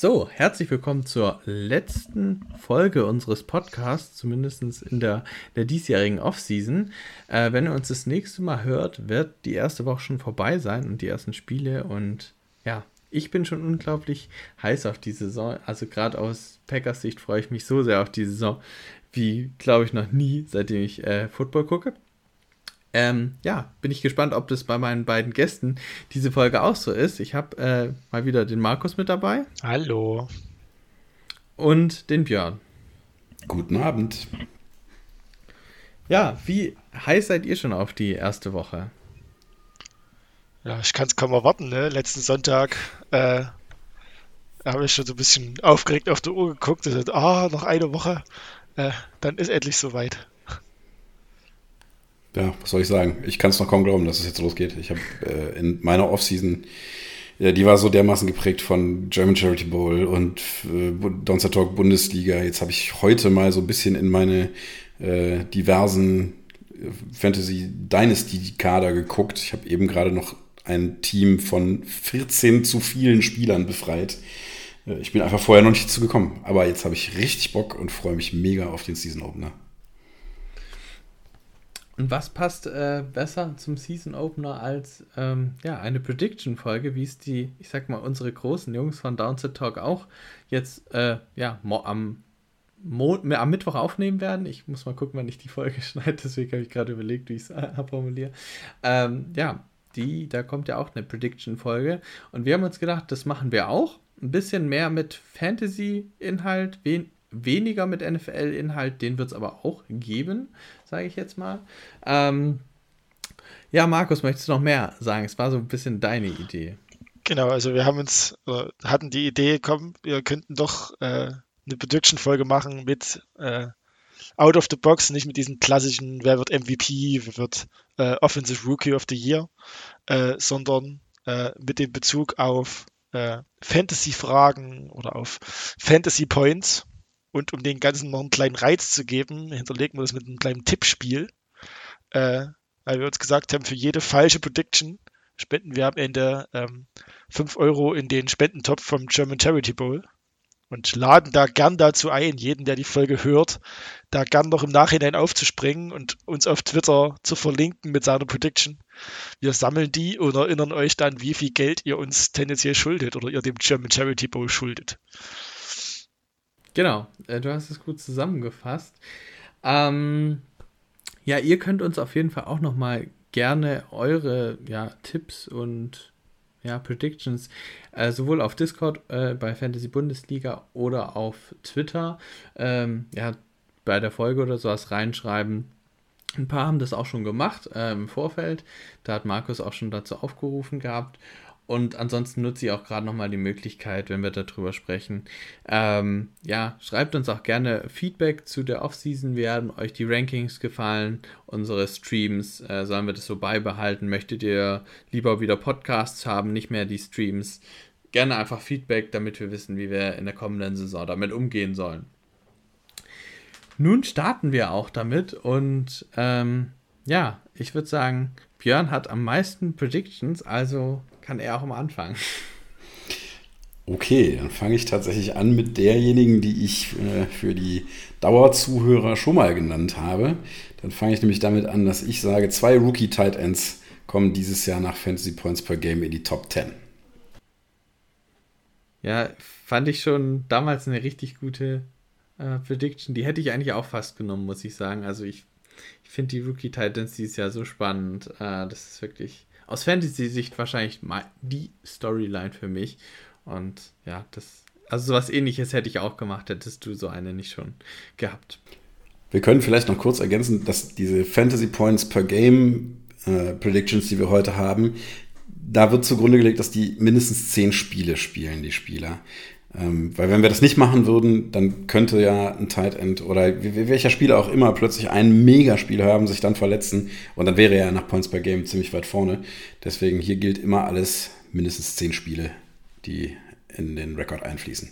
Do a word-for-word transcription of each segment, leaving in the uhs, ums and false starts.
So, herzlich willkommen zur letzten Folge unseres Podcasts, zumindest in der, der diesjährigen Offseason. Äh, wenn ihr uns das nächste Mal hört, wird die erste Woche schon vorbei sein und die ersten Spiele. Und ja, ich bin schon unglaublich heiß auf die Saison. Also gerade aus Packers Sicht freue ich mich so sehr auf die Saison, wie, glaube ich, noch nie, seitdem ich äh, Football gucke. Ähm, ja, bin ich gespannt, ob das bei meinen beiden Gästen diese Folge auch so ist. Ich habe äh, mal wieder den Markus mit dabei. Hallo. Und den Björn. Guten Abend. Ja, wie heiß seid ihr schon auf die erste Woche? Ja, ich kann es kaum erwarten, ne? Letzten Sonntag äh, habe ich schon so ein bisschen aufgeregt auf die Uhr geguckt und gesagt, ah, noch eine Woche, äh, dann ist endlich soweit. Ja, was soll ich sagen? Ich kann es noch kaum glauben, dass es jetzt losgeht. Ich habe äh, in meiner Offseason, ja, die war so dermaßen geprägt von German Charity Bowl und äh, Downset Talk Bundesliga. Jetzt habe ich heute mal so ein bisschen in meine äh, diversen Fantasy Dynasty Kader geguckt. Ich habe eben gerade noch ein Team von vierzehn zu vielen Spielern befreit. Äh, ich bin einfach vorher noch nicht dazu gekommen. Aber jetzt habe ich richtig Bock und freue mich mega auf den Season Opener. Und was passt äh, besser zum Season Opener als ähm, ja, eine Prediction-Folge, wie es die, ich sag mal, unsere großen Jungs von Downset Talk auch jetzt äh, ja, mo- am, Mo- am Mittwoch aufnehmen werden. Ich muss mal gucken, wann ich die Folge schneide, deswegen habe ich gerade überlegt, wie ich es äh, formuliere. Ähm, ja, die, da kommt ja auch eine Prediction-Folge. Und wir haben uns gedacht, das machen wir auch. Ein bisschen mehr mit Fantasy-Inhalt, wen weniger mit N F L-Inhalt, den wird es aber auch geben, sage ich jetzt mal. Ähm, ja, Markus, möchtest du noch mehr sagen? Es war so ein bisschen deine Idee. Genau, also wir haben uns, äh, hatten die Idee, komm, wir könnten doch äh, eine Prediction-Folge machen mit äh, out of the box, nicht mit diesen klassischen, wer wird M V P, wer wird äh, Offensive Rookie of the Year, äh, sondern äh, mit dem Bezug auf äh, Fantasy-Fragen oder auf Fantasy-Points. Und um den Ganzen noch einen kleinen Reiz zu geben, hinterlegen wir das mit einem kleinen Tippspiel. Äh, weil wir uns gesagt haben, für jede falsche Prediction spenden wir am Ende ähm, fünf Euro in den Spendentopf vom German Charity Bowl. Und laden da gern dazu ein, jeden, der die Folge hört, da gern noch im Nachhinein aufzuspringen und uns auf Twitter zu verlinken mit seiner Prediction. Wir sammeln die und erinnern euch dann, wie viel Geld ihr uns tendenziell schuldet oder ihr dem German Charity Bowl schuldet. Genau, äh, du hast es gut zusammengefasst. Ähm, ja, ihr könnt uns auf jeden Fall auch nochmal gerne eure ja, Tipps und ja, Predictions äh, sowohl auf Discord äh, bei Fantasy Bundesliga oder auf Twitter ähm, ja, bei der Folge oder sowas reinschreiben. Ein paar haben das auch schon gemacht äh, im Vorfeld. Da hat Markus auch schon dazu aufgerufen gehabt. Und ansonsten nutze ich auch gerade nochmal die Möglichkeit, wenn wir darüber sprechen. Ähm, ja, schreibt uns auch gerne Feedback zu der Offseason. Werden euch die Rankings gefallen? Unsere Streams, äh, sollen wir das so beibehalten? Möchtet ihr lieber wieder Podcasts haben, nicht mehr die Streams? Gerne einfach Feedback, damit wir wissen, wie wir in der kommenden Saison damit umgehen sollen. Nun starten wir auch damit und ähm, ja, ich würde sagen, Björn hat am meisten Predictions, also kann er auch mal anfangen. Okay, dann fange ich tatsächlich an mit derjenigen, die ich äh, für die Dauerzuhörer schon mal genannt habe. Dann fange ich nämlich damit an, dass ich sage, zwei Rookie-Tight Ends kommen dieses Jahr nach Fantasy Points per Game in die Top zehn. Ja, fand ich schon damals eine richtig gute äh, Prediction. Die hätte ich eigentlich auch fast genommen, muss ich sagen. Also ich, ich finde die Rookie-Tight Ends dieses Jahr so spannend. Äh, das ist wirklich aus Fantasy-Sicht wahrscheinlich mal die Storyline für mich. Und ja, das, also sowas ähnliches hätte ich auch gemacht, hättest du so eine nicht schon gehabt. Wir können vielleicht noch kurz ergänzen, dass diese Fantasy Points per Game äh, Predictions, die wir heute haben, da wird zugrunde gelegt, dass die mindestens zehn Spiele spielen, die Spieler. Ähm, weil wenn wir das nicht machen würden, dann könnte ja ein Tight End oder welcher Spieler auch immer plötzlich ein Megaspiel haben, sich dann verletzen und dann wäre er nach Points per Game ziemlich weit vorne. Deswegen hier gilt immer alles mindestens zehn Spiele, die in den Rekord einfließen.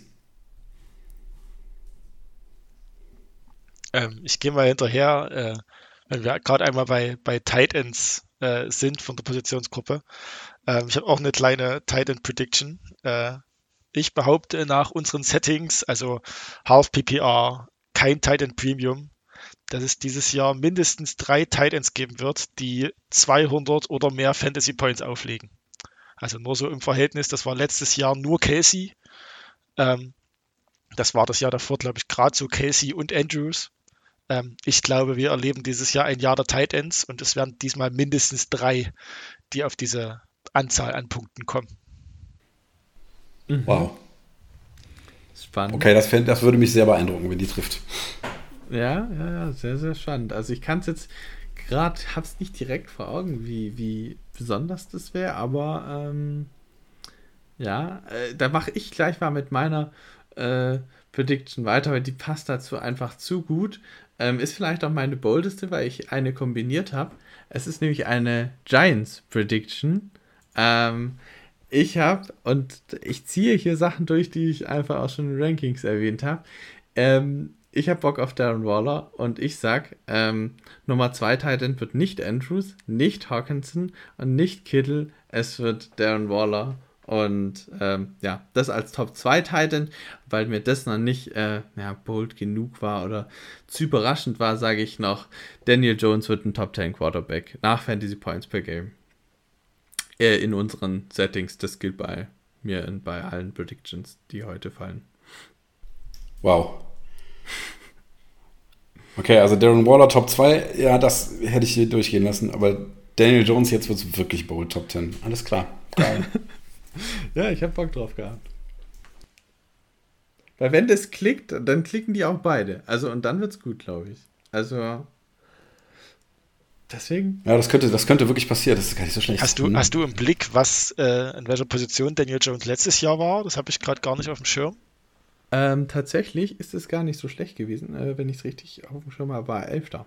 Ähm, ich gehe mal hinterher, äh, wenn wir gerade einmal bei, bei Tight Ends äh, sind von der Positionsgruppe. Ähm, ich habe auch eine kleine Tight End Prediction. Äh, ich behaupte nach unseren Settings, also Half P P R, kein Tight End Premium, dass es dieses Jahr mindestens drei Tight Ends geben wird, die zweihundert oder mehr Fantasy Points auflegen. Also nur so im Verhältnis, das war letztes Jahr nur Kelsey. Ähm, das war das Jahr davor, glaube ich, gerade so Kelsey und Andrews. Ähm, ich glaube, wir erleben dieses Jahr ein Jahr der Tight Ends und es werden diesmal mindestens drei, die auf diese Anzahl an Punkten kommen. Mhm. Wow. Spannend. Okay, das, fänd, das würde mich sehr beeindrucken, wenn die trifft. Ja, ja, ja, sehr, sehr spannend. Also ich kann es jetzt gerade, habe es nicht direkt vor Augen, wie, wie besonders das wäre, aber ähm, ja, äh, da mache ich gleich mal mit meiner äh, Prediction weiter, weil die passt dazu einfach zu gut. Ähm, ist vielleicht auch meine boldeste, weil ich eine kombiniert habe. Es ist nämlich eine Giants Prediction. Ähm, ich habe, und ich ziehe hier Sachen durch, die ich einfach auch schon in Rankings erwähnt habe. Ähm, ich habe Bock auf Darren Waller und ich sag, ähm, Nummer zwei Tight End wird nicht Andrews, nicht Hawkinson und nicht Kittle. Es wird Darren Waller. Und ähm, ja, das als Top zwei Tight End, weil mir das noch nicht äh, ja, bold genug war oder zu überraschend war, sage ich noch, Daniel Jones wird ein Top zehn Quarterback nach Fantasy Points per Game. Äh, in unseren Settings, das gilt bei mir und bei allen Predictions, die heute fallen. Wow. Okay, also Darren Waller Top zwei, ja, das hätte ich hier durchgehen lassen, aber Daniel Jones, jetzt wird es wirklich bold Top zehn. Alles klar. Geil. Ja, ich habe Bock drauf gehabt. Weil wenn das klickt, dann klicken die auch beide. Also und dann wird's gut, glaube ich. Also deswegen. Ja, das könnte, das könnte wirklich passieren. Das ist gar nicht so schlecht. Hast du, hm. hast du im Blick, was äh, in welcher Position Daniel Jones letztes Jahr war? Das habe ich gerade gar nicht auf dem Schirm. Ähm, tatsächlich ist es gar nicht so schlecht gewesen, äh, wenn ich es richtig auf dem Schirm habe, war er Elfter.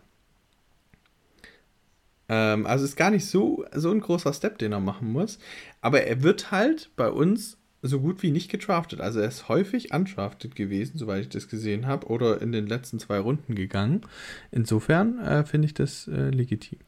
Ähm, also ist gar nicht so, so ein großer Step, den er machen muss. Aber er wird halt bei uns so gut wie nicht gedraftet. Also er ist häufig undrafted gewesen, soweit ich das gesehen habe, oder in den letzten zwei Runden gegangen. Insofern äh, finde ich das äh, legitim.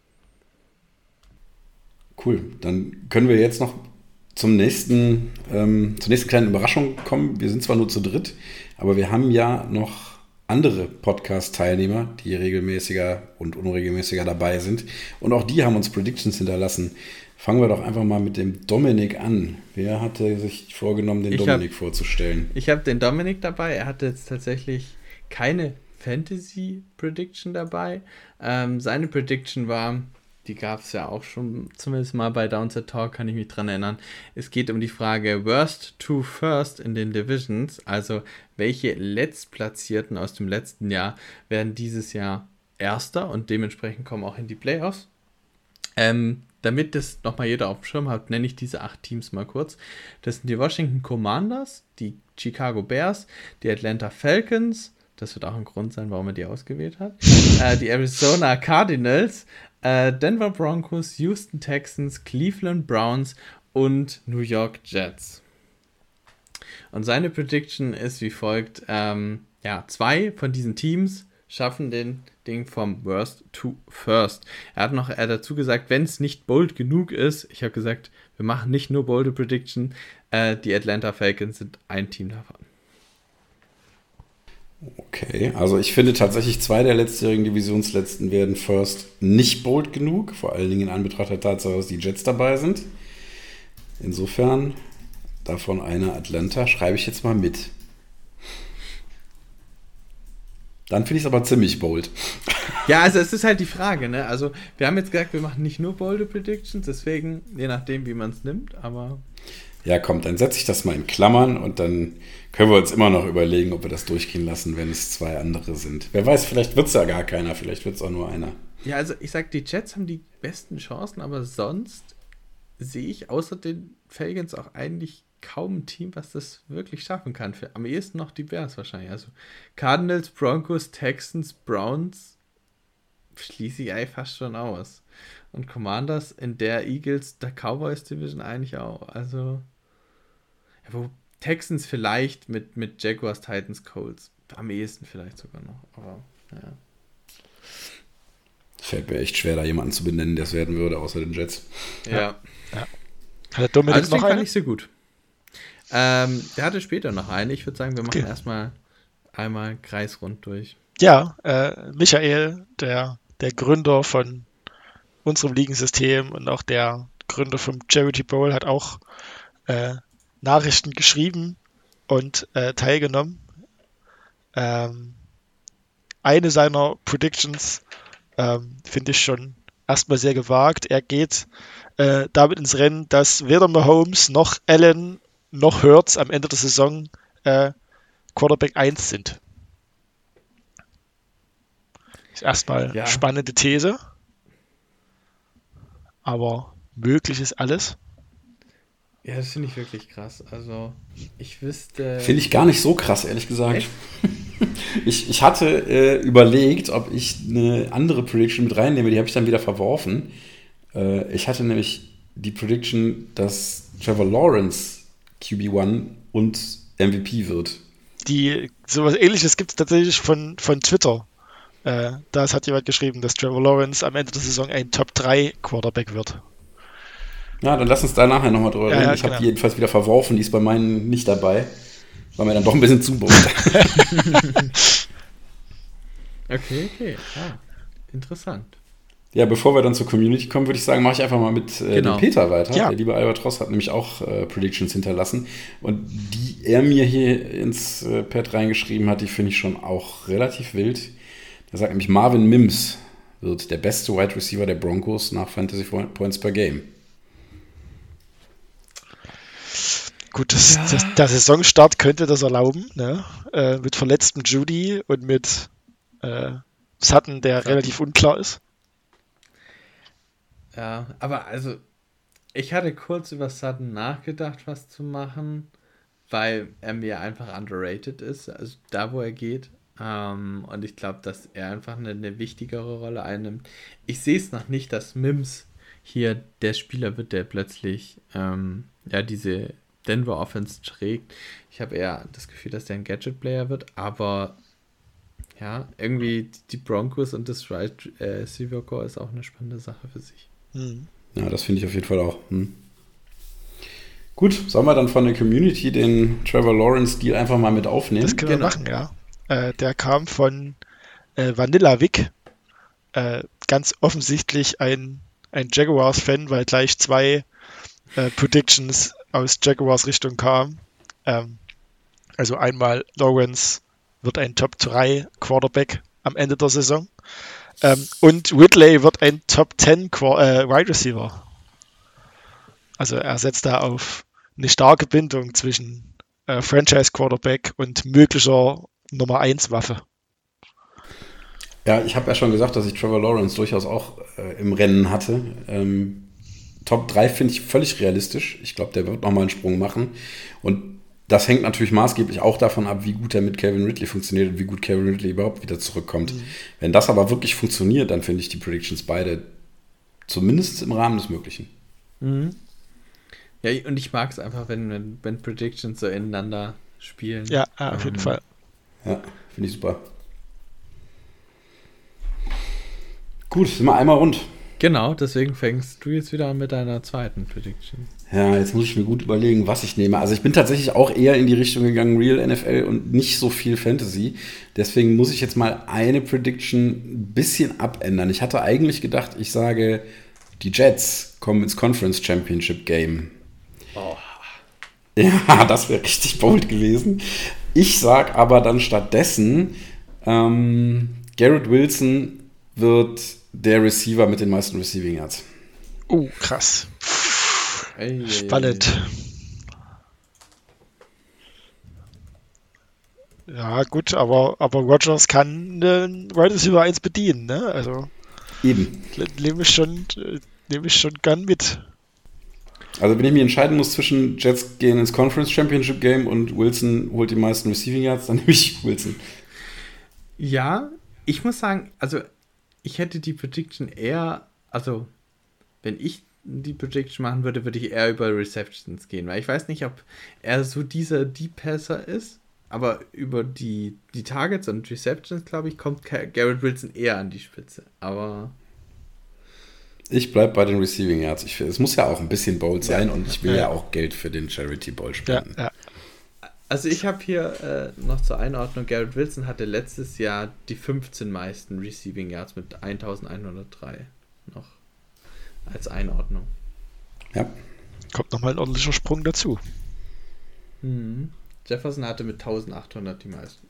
Cool, dann können wir jetzt noch zum nächsten, ähm, zur nächsten kleinen Überraschung kommen. Wir sind zwar nur zu dritt, aber wir haben ja noch andere Podcast-Teilnehmer, die regelmäßiger und unregelmäßiger dabei sind. Und auch die haben uns Predictions hinterlassen. Fangen wir doch einfach mal mit dem Dominik an. Wer hatte sich vorgenommen, den ich Dominik hab, vorzustellen? Ich habe den Dominik dabei. Er hatte jetzt tatsächlich keine Fantasy-Prediction dabei. Ähm, seine Prediction war, die gab es ja auch schon, zumindest mal bei Downset Talk, kann ich mich dran erinnern. Es geht um die Frage Worst to First in den Divisions, also welche Letztplatzierten aus dem letzten Jahr werden dieses Jahr Erster und dementsprechend kommen auch in die Playoffs. Ähm, damit das nochmal jeder auf dem Schirm hat, nenne ich diese acht Teams mal kurz. Das sind die Washington Commanders, die Chicago Bears, die Atlanta Falcons, das wird auch ein Grund sein, warum er die ausgewählt hat, äh, die Arizona Cardinals, äh, Denver Broncos, Houston Texans, Cleveland Browns und New York Jets. Und seine Prediction ist wie folgt, ähm, ja, zwei von diesen Teams schaffen den Ding vom Worst to First. Er hat noch er dazu gesagt, wenn es nicht bold genug ist, ich habe gesagt, wir machen nicht nur bolde Prediction, äh, die Atlanta Falcons sind ein Team davon. Okay, also ich finde tatsächlich zwei der letztjährigen Divisionsletzten werden First nicht bold genug, vor allen Dingen in Anbetracht der Tatsache, dass die Jets dabei sind. Insofern davon einer Atlanta, schreibe ich jetzt mal mit. Dann finde ich es aber ziemlich bold. Ja, also es ist halt die Frage, ne? Also wir haben jetzt gesagt, wir machen nicht nur bolde Predictions, deswegen, je nachdem, wie man es nimmt, aber... Ja, komm, dann setze ich das mal in Klammern und dann können wir uns immer noch überlegen, ob wir das durchgehen lassen, wenn es zwei andere sind. Wer weiß, vielleicht wird es ja gar keiner, vielleicht wird es auch nur einer. Ja, also ich sag, die Jets haben die besten Chancen, aber sonst sehe ich außer den Falcons auch eigentlich kaum ein Team, was das wirklich schaffen kann. Für, am ehesten noch die Bears wahrscheinlich. Also Cardinals, Broncos, Texans, Browns schließe ich eigentlich fast schon aus. Und Commanders in der Eagles, der Cowboys Division eigentlich auch. Also ja, wo Texans vielleicht mit, mit Jaguars, Titans, Colts. Am ehesten vielleicht sogar noch. Aber ja. Fällt mir echt schwer, da jemanden zu benennen, der es werden würde, außer den Jets. Ja. ja. Hat der Dominik also noch einen? Nicht so gut. Ähm, der hatte später noch eine. Ich würde sagen, wir machen Okay. erstmal einmal kreisrund durch. Ja, äh, Michael, der, der Gründer von unserem Ligensystem und auch der Gründer vom Charity Bowl, hat auch äh, Nachrichten geschrieben und äh, teilgenommen. Ähm, eine seiner Predictions ähm, finde ich schon erstmal sehr gewagt. Er geht äh, damit ins Rennen, dass weder Mahomes noch Allen noch Hurts am Ende der Saison äh, Quarterback eins sind. Ist erstmal Ja. spannende These. Aber möglich ist alles. Ja, das finde ich wirklich krass. Also, ich wüsste. Finde ich gar nicht so krass, ehrlich gesagt. Echt? Ich, ich hatte äh, überlegt, ob ich eine andere Prediction mit reinnehme, die habe ich dann wieder verworfen. Äh, ich hatte nämlich die Prediction, dass Trevor Lawrence Q B eins und M V P wird. Die, sowas ähnliches gibt es tatsächlich von, von Twitter. Äh, das hat jemand geschrieben, dass Trevor Lawrence am Ende der Saison ein Top drei Quarterback wird. Ja, dann lass uns da nachher nochmal drüber Ja, reden. ja, ich habe genau. die jedenfalls wieder verworfen, die ist bei meinen nicht dabei. War mir dann doch ein bisschen zu bunt. Okay, okay. Ah, interessant. Ja, bevor wir dann zur Community kommen, würde ich sagen, mache ich einfach mal mit äh, Genau. dem Peter weiter. Ja. Der liebe Albatros hat nämlich auch äh, Predictions hinterlassen. Und die er mir hier ins äh, Pad reingeschrieben hat, die finde ich schon auch relativ wild. Er sagt nämlich, Marvin Mims wird der beste Wide Receiver der Broncos nach Fantasy Points per Game. Gut, das, Ja. das, der Saisonstart könnte das erlauben, ne? Äh, mit verletztem Judy und mit äh, Sutton, der Sutton. relativ unklar ist. Ja, aber also, ich hatte kurz über Sutton nachgedacht, was zu machen, weil er mir einfach underrated ist, also da, wo er geht. Ähm, und ich glaube, dass er einfach eine, eine wichtigere Rolle einnimmt. Ich sehe es noch nicht, dass Mims hier der Spieler wird, der plötzlich ähm, ja diese Denver Offense trägt. Ich habe eher das Gefühl, dass der ein Gadget-Player wird, aber ja, irgendwie die Broncos und das Right äh, Receiver Core ist auch eine spannende Sache für sich. Hm. Ja, das finde ich auf jeden Fall auch. Hm. Gut, sollen wir dann von der Community den Trevor Lawrence-Deal einfach mal mit aufnehmen? Das können Genau. wir machen, ja. Äh, der kam von äh, Vanilla Vic. Äh, ganz offensichtlich ein, ein Jaguars-Fan, weil gleich zwei äh, Predictions aus Jaguars Richtung kamen. Ähm, also einmal Lawrence wird ein Top drei Quarterback am Ende der Saison. Ähm, und Ridley wird ein Top zehn Qu- äh, Wide Receiver. Also er setzt da auf eine starke Bindung zwischen äh, Franchise Quarterback und möglicher Nummer eins Waffe. Ja, ich habe ja schon gesagt, dass ich Trevor Lawrence durchaus auch äh, im Rennen hatte. Ähm, Top drei finde ich völlig realistisch. Ich glaube, der wird nochmal einen Sprung machen. Und das hängt natürlich maßgeblich auch davon ab, wie gut er mit Calvin Ridley funktioniert und wie gut Calvin Ridley überhaupt wieder zurückkommt. Mhm. Wenn das aber wirklich funktioniert, dann finde ich die Predictions beide zumindest im Rahmen des Möglichen. Mhm. Ja, und ich mag es einfach, wenn, wenn, wenn Predictions so ineinander spielen. Ja, ja auf jeden ähm, Fall. Ja, finde ich super. Gut, sind wir einmal rund. Genau, deswegen fängst du jetzt wieder an mit deiner zweiten Prediction. Ja, jetzt muss ich mir gut überlegen, was ich nehme. Also ich bin tatsächlich auch eher in die Richtung gegangen, Real N F L und nicht so viel Fantasy. Deswegen muss ich jetzt mal eine Prediction ein bisschen abändern. Ich hatte eigentlich gedacht, ich sage, die Jets kommen ins Conference Championship Game. Oh. Ja, das wäre richtig bold gewesen. Ich sag aber dann stattdessen, ähm, Garrett Wilson wird der Receiver mit den meisten Receiving Yards. Oh, krass. Ey, Spannend. Ja, gut, aber, aber Rodgers kann den Wide Receiver eins bedienen, ne? Also Eben. nehme ich schon, nehme ich schon gern mit. Also wenn ich mich entscheiden muss zwischen Jets gehen ins Conference Championship Game und Wilson holt die meisten Receiving Yards, dann nehme ich Wilson. Ja, ich muss sagen, also ich hätte die Prediction eher, also wenn ich die Prediction machen würde, würde ich eher über Receptions gehen, weil ich weiß nicht, ob er so dieser Deep Passer ist, aber über die, die Targets und Receptions, glaube ich, kommt Garrett Wilson eher an die Spitze, aber ich bleibe bei den Receiving Yards. Ich, es muss ja auch ein bisschen bold sein Ja. und ich will Ja. ja auch Geld für den Charity Bowl Ja, spenden. ja, Also ich habe hier äh, noch zur Einordnung, Garrett Wilson hatte letztes Jahr die fünfzehn meisten Receiving Yards mit elfhundertdrei noch als Einordnung. Ja. Kommt nochmal ein ordentlicher Sprung dazu. Mhm. Jefferson hatte mit eintausendachthundert die meisten.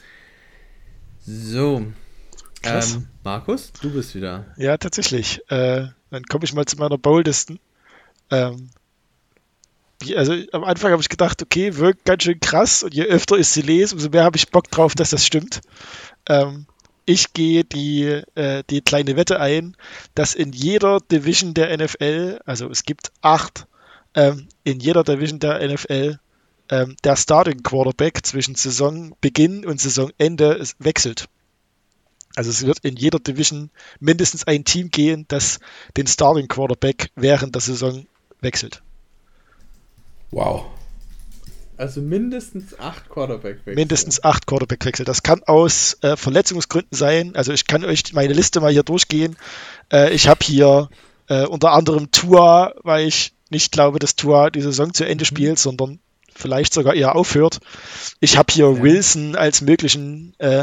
So. Ähm, Markus, du bist wieder. Ja, tatsächlich. Äh, dann komme ich mal zu meiner Boldisten. Ähm, wie, also am Anfang habe ich gedacht, okay, wirkt ganz schön krass und je öfter ich sie lese, umso mehr habe ich Bock drauf, dass das stimmt. Ähm, ich gehe die, äh, die kleine Wette ein, dass in jeder Division der N F L, also es gibt acht, ähm, in jeder Division der N F L ähm, der Starting Quarterback zwischen Saisonbeginn und Saisonende es wechselt. Also es wird in jeder Division mindestens ein Team gehen, das den Starting Quarterback während der Saison wechselt. Wow. Also mindestens acht Quarterback-Wechsel. Mindestens acht Quarterback-Wechsel. Das kann aus äh, Verletzungsgründen sein. Also ich kann euch meine Liste mal hier durchgehen. Äh, ich habe hier äh, unter anderem Tua, weil ich nicht glaube, dass Tua die Saison zu Ende mhm. spielt, sondern vielleicht sogar eher aufhört. Ich habe hier ja. Wilson als möglichen äh,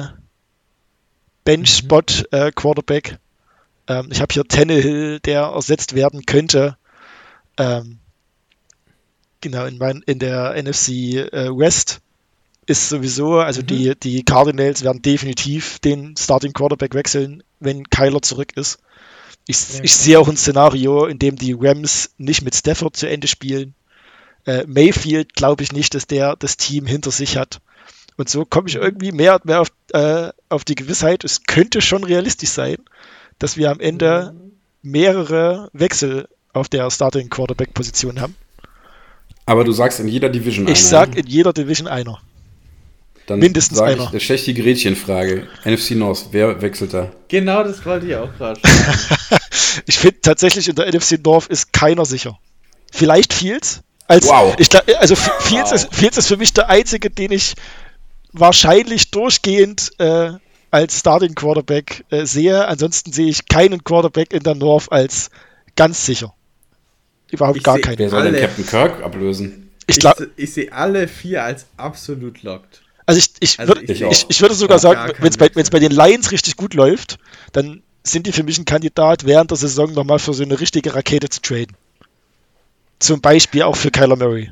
Bench-Spot-Quarterback. Äh, ähm, ich habe hier Tannehill, der ersetzt werden könnte. Ähm, Genau, in, mein, in der N F C äh, West ist sowieso, also mhm. die, die Cardinals werden definitiv den Starting Quarterback wechseln, wenn Kyler zurück ist. Ich, ja, ich sehe auch ein Szenario, in dem die Rams nicht mit Stafford zu Ende spielen. Äh, Mayfield glaube ich nicht, dass der das Team hinter sich hat. Und so komme ich irgendwie mehr und mehr auf, äh, auf die Gewissheit, es könnte schon realistisch sein, dass wir am Ende mehrere Wechsel auf der Starting Quarterback Position haben. Aber du sagst in jeder Division einer. Ich sag in jeder Division einer. Dann mindestens sag einer. Ich, das stelle ich die Gretchenfrage. N F C North, wer wechselt da? Genau, das wollte ich auch gerade sagen. Ich finde tatsächlich in der N F C North ist keiner sicher. Vielleicht Fields. Als, wow. Ich, also Fields, wow. ist, Fields ist für mich der einzige, den ich wahrscheinlich durchgehend äh, als Starting Quarterback äh, sehe. Ansonsten sehe ich keinen Quarterback in der North als ganz sicher. Überhaupt ich gar keinen. Wer soll denn Captain Kirk ablösen? Ich, glaub, ich, ich sehe alle vier als absolut locked. Also ich, ich, also würd, ich, ich, ich würde sogar ja, sagen, wenn es bei, bei den Lions richtig gut läuft, dann sind die für mich ein Kandidat, während der Saison nochmal für so eine richtige Rakete zu traden. Zum Beispiel auch für Kyler Murray.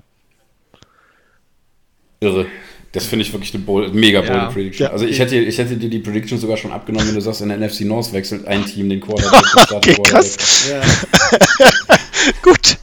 Irre. Das finde ich wirklich eine bold, mega bold ja. Prediction. Ja. Also ich hätte, ich hätte dir die Prediction sogar schon abgenommen, wenn du sagst, in der N F C North wechselt ein Team den Quarterback. Okay, krass. Ja. Gut.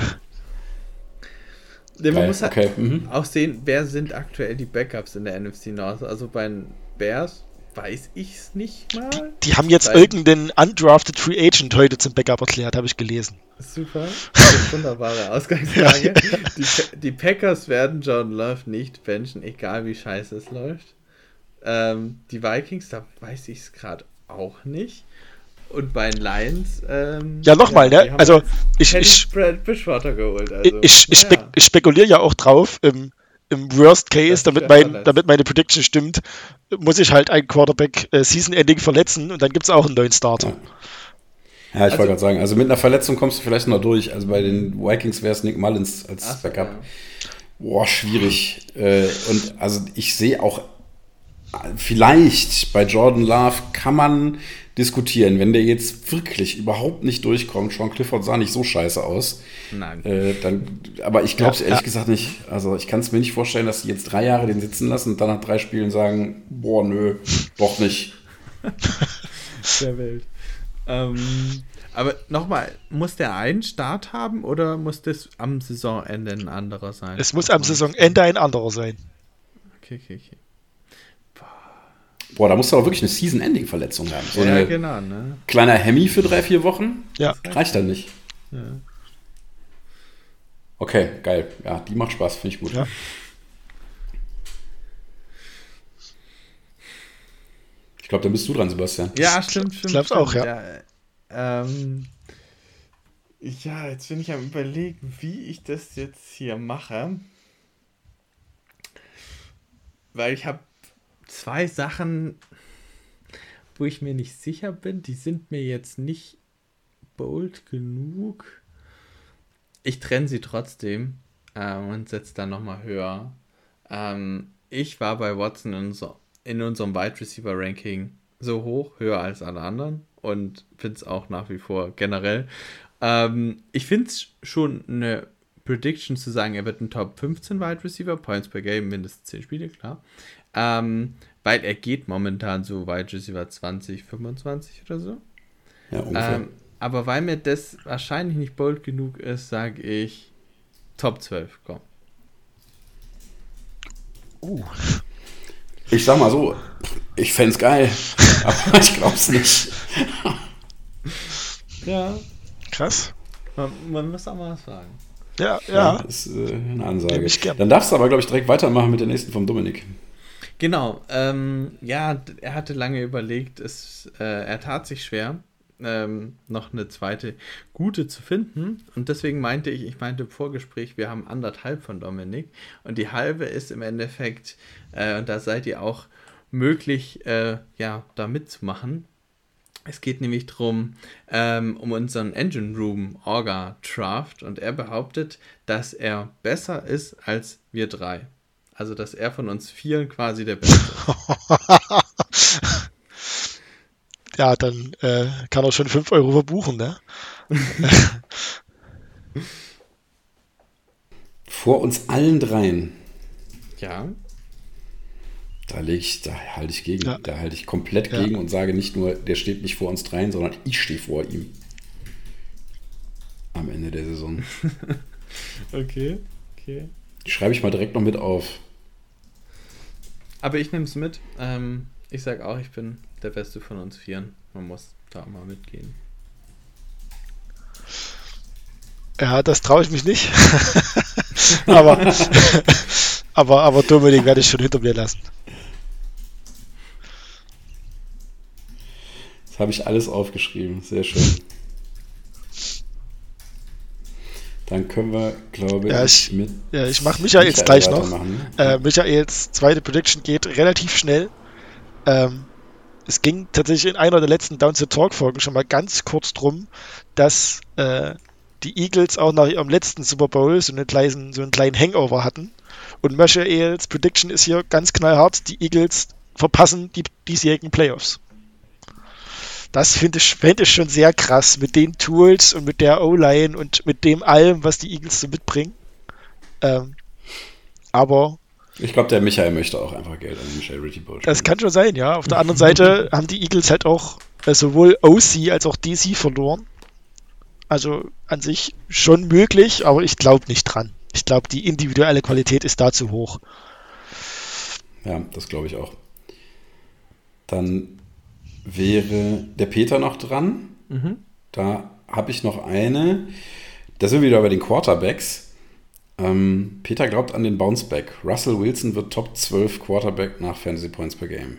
Man Geil. muss halt okay. mhm. auch sehen, wer sind aktuell die Backups in der N F C North. Also bei den Bears weiß ich es nicht mal. Die, die haben jetzt Weil, irgendeinen undrafted Free Agent heute zum Backup erklärt, habe ich gelesen. Super. Eine wunderbare Ausgangslage. die, die Packers werden John Love nicht benchen, egal wie scheiße es läuft. Ähm, die Vikings, da weiß ich es gerade auch nicht. Und bei den Lions, ähm, ja, nochmal, ja, ne? Also, ich, ich, Bridgewater geholt. Also, ich, ich, spe- ich spekuliere ja auch drauf, im, im Worst Case, damit, mein, damit meine Prediction stimmt, muss ich halt einen Quarterback äh, Season-Ending verletzen und dann gibt es auch einen neuen Starter. Ja, ja ich also, wollte gerade sagen, also mit einer Verletzung kommst du vielleicht noch durch. Also bei den Vikings wäre es Nick Mullins als Ach, Backup. Ja. Boah, schwierig. äh, und also ich sehe auch, vielleicht bei Jordan Love kann man diskutieren, wenn der jetzt wirklich überhaupt nicht durchkommt. Sean Clifford sah nicht so scheiße aus. Nein. Äh, dann, aber ich glaube es ja, ehrlich ja. gesagt nicht. Also ich kann es mir nicht vorstellen, dass die jetzt drei Jahre den sitzen lassen und dann nach drei Spielen sagen, boah, nö, doch nicht. Sehr wild. Ähm, aber nochmal, muss der einen Start haben oder muss das am Saisonende ein anderer sein? Es muss am Saisonende ein anderer sein. Okay, okay, okay. Boah, da musst du aber wirklich eine Season-Ending-Verletzung haben. So ja, eine genau, ne? Kleiner Hemi für drei, vier Wochen? Ja. Reicht dann nicht. Ja. Okay, geil. Ja, die macht Spaß, finde ich gut. Ja. Ich glaube, dann bist du dran, Sebastian. Ja, stimmt, stimmt. Ich glaube es auch, ja. Ja, ähm, ja, jetzt bin ich am Überlegen, wie ich das jetzt hier mache. Weil ich habe zwei Sachen, wo ich mir nicht sicher bin, die sind mir jetzt nicht bold genug. Ich trenne sie trotzdem äh, und setze dann nochmal höher. Ähm, ich war bei Watson in, so, in unserem Wide Receiver Ranking so hoch, höher als alle anderen und finde es auch nach wie vor generell. Ähm, ich finde es schon eine Prediction zu sagen, er wird ein Top fünfzehn Wide Receiver, Points per Game, mindestens zehn Spiele, klar. Ähm, weil er geht momentan so Wide Receiver zwanzig, fünfundzwanzig oder so. Ja, ungefähr. Ähm, aber weil mir das wahrscheinlich nicht bold genug ist, sage ich Top zwölf, komm. Uh. Ich sag mal so, ich fänd's geil, aber ich glaub's nicht. Ja. Krass. Man, man muss auch mal was sagen. Ja, ja. Ja, ist äh, eine Ansage. Nehm ich gern. Dann darfst du aber, glaube ich, direkt weitermachen mit der nächsten vom Dominik. Genau, ähm, ja, er hatte lange überlegt, es, äh, er tat sich schwer, ähm, noch eine zweite gute zu finden und deswegen meinte ich, ich meinte im Vorgespräch, wir haben anderthalb von Dominik und die halbe ist im Endeffekt, äh, und da seid ihr auch möglich, äh, ja, da mitzumachen. Es geht nämlich drum, ähm, um unseren Engine Room Orga Draft und er behauptet, dass er besser ist als wir drei. Also, dass er von uns vieren quasi der Beste ist. Ja, dann äh, kann er schon fünf Euro verbuchen, ne? Vor uns allen dreien. Ja. Da lege ich, da halte ich gegen. Ja. Da halte ich komplett Ja. gegen und sage nicht nur, der steht nicht vor uns dreien, sondern ich stehe vor ihm. Am Ende der Saison. Okay, okay. Die schreibe ich mal direkt noch mit auf. Aber ich nehme es mit. Ähm, ich sage auch, ich bin der Beste von uns vieren. Man muss da mal mitgehen. Ja, das traue ich mich nicht. aber, aber, aber Dominik werde ich schon hinter mir lassen. Das habe ich alles aufgeschrieben. Sehr schön. Dann können wir, glaube Ja, ich, ich- mit Ja, ich mache Michaels Michael gleich noch. weitermachen. Äh, Michaels zweite Prediction geht relativ schnell. Ähm, es ging tatsächlich in einer der letzten Down to Talk Folgen schon mal ganz kurz drum, dass äh, die Eagles auch nach ihrem letzten Super Bowl so einen kleinen, so einen kleinen Hangover hatten. Und Michaels Prediction ist hier ganz knallhart: Die Eagles verpassen die diesjährigen Playoffs. Das finde ich, fände ich schon sehr krass mit den Tools und mit der O-Line und mit dem allem, was die Eagles so mitbringen. Ähm, aber Ich glaube, der Michael möchte auch einfach Geld an den Michael Ritty Bowl das kann schon sein, ja. Auf der anderen Seite haben die Eagles halt auch äh, sowohl O C als auch D C verloren. Also an sich schon möglich, aber ich glaube nicht dran. Ich glaube, die individuelle Qualität ist da zu hoch. Ja, das glaube ich auch. Dann wäre der Peter noch dran. Mhm. Da habe ich noch eine. Da sind wir wieder bei den Quarterbacks. Ähm, Peter glaubt an den Bounceback. Russell Wilson wird Top zwölf Quarterback nach Fantasy Points per Game.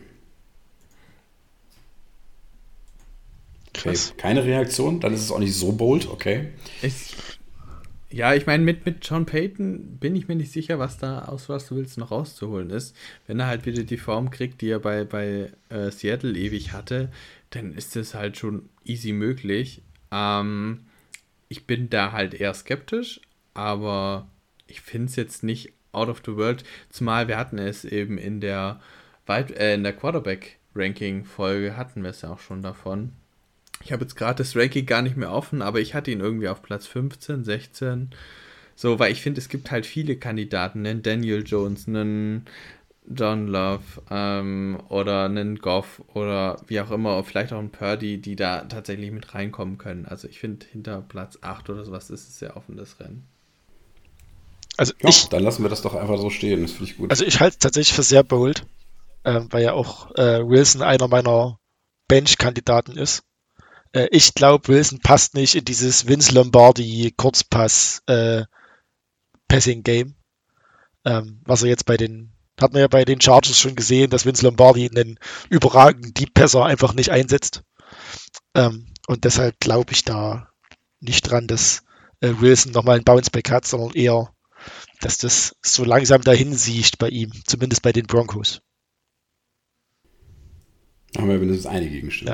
Okay, Krass. keine Reaktion, dann ist es auch nicht so bold, okay. Ich, ja, ich meine, mit, mit Sean Payton bin ich mir nicht sicher, was da aus Russell Wilson noch rauszuholen ist. Wenn er halt wieder die Form kriegt, die er bei, bei äh, Seattle ewig hatte, dann ist das halt schon easy möglich. Ähm, ich bin da halt eher skeptisch, aber ich finde es jetzt nicht out of the world, zumal wir hatten es eben in der, Weit- äh, in der Quarterback-Ranking-Folge, hatten wir es ja auch schon davon. Ich habe jetzt gerade das Ranking gar nicht mehr offen, aber ich hatte ihn irgendwie auf Platz fünfzehn, sechzehn. So, weil ich finde, es gibt halt viele Kandidaten, einen Daniel Jones, einen John Love ähm, oder einen Goff oder wie auch immer, vielleicht auch einen Purdy, die da tatsächlich mit reinkommen können. Also ich finde, hinter Platz acht oder sowas ist es sehr offenes Rennen. Also Ja, ich, dann lassen wir das doch einfach so stehen, das finde ich gut. also ich halte es tatsächlich für sehr bold, ähm, weil ja auch äh, Wilson einer meiner Bench-Kandidaten ist. Äh, ich glaube, Wilson passt nicht in dieses Vince Lombardi Kurzpass äh, Passing Game, ähm, was er jetzt bei den, hat man ja bei den Chargers schon gesehen, dass Vince Lombardi einen überragenden Deep Passer einfach nicht einsetzt. Ähm, und deshalb glaube ich da nicht dran, dass äh, Wilson nochmal einen Bounceback hat, sondern eher, dass das so langsam dahin sieht bei ihm, zumindest bei den Broncos. Da haben wir mindestens eine Gegenstimme. Ja.